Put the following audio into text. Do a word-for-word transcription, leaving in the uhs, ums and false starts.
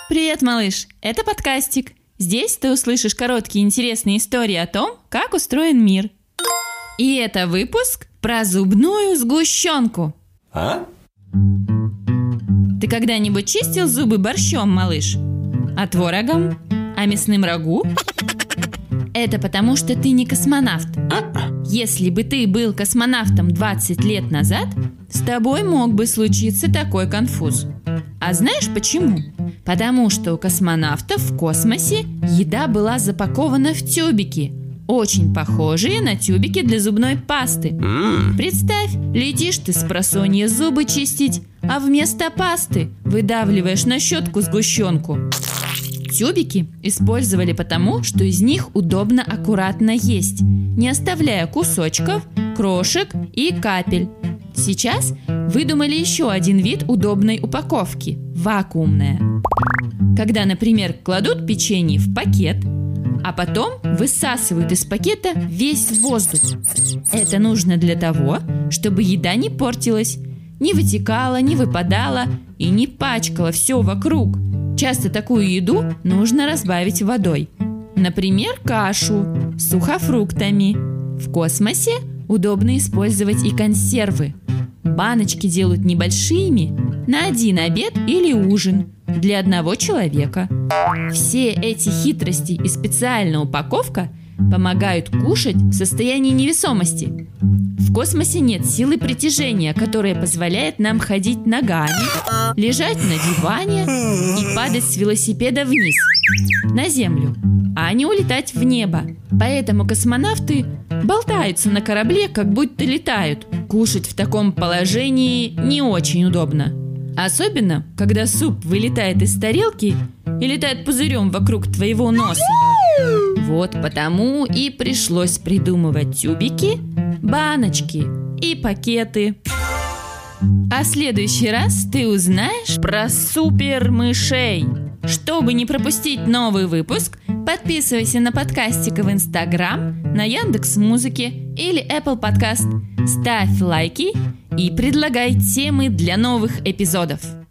Привет, малыш! Это подкастик. Здесь ты услышишь короткие интересные истории о том, как устроен мир. И это выпуск про зубную сгущенку. А? Ты когда-нибудь чистил зубы борщом, малыш? А творогом? А мясным рагу? Это потому, что ты не космонавт. Если бы ты был космонавтом двадцать лет назад, с тобой мог бы случиться такой конфуз. А знаешь почему? Потому что у космонавтов в космосе еда была запакована в тюбики, очень похожие на тюбики для зубной пасты. Mm. Представь, летишь ты с просонья зубы чистить, а вместо пасты выдавливаешь на щетку сгущенку. Тюбики использовали потому, что из них удобно аккуратно есть, не оставляя кусочков, крошек и капель. Сейчас выдумали еще один вид удобной упаковки – вакуумная. Когда, например, кладут печенье в пакет, а потом высасывают из пакета весь воздух. Это нужно для того, чтобы еда не портилась, не вытекала, не выпадала и не пачкала все вокруг. Часто такую еду нужно разбавить водой. Например, кашу с сухофруктами. В космосе удобно использовать и консервы. Баночки делают небольшими, на один обед или ужин, для одного человека. Все эти хитрости и специальная упаковка помогают кушать в состоянии невесомости. В космосе нет силы притяжения, которая позволяет нам ходить ногами, лежать на диване и падать с велосипеда вниз, на землю, а не улетать в небо. Поэтому космонавты болтаются на корабле, как будто летают. Кушать в таком положении не очень удобно. Особенно, когда суп вылетает из тарелки и летает пузырем вокруг твоего носа. Вот потому и пришлось придумывать тюбики, баночки и пакеты. А в следующий раз ты узнаешь про супермышей. Чтобы не пропустить новый выпуск, подписывайся на подкастик в Инстаграм, на Яндекс.Музыке или Apple Podcast. Ставь лайки и предлагай темы для новых эпизодов.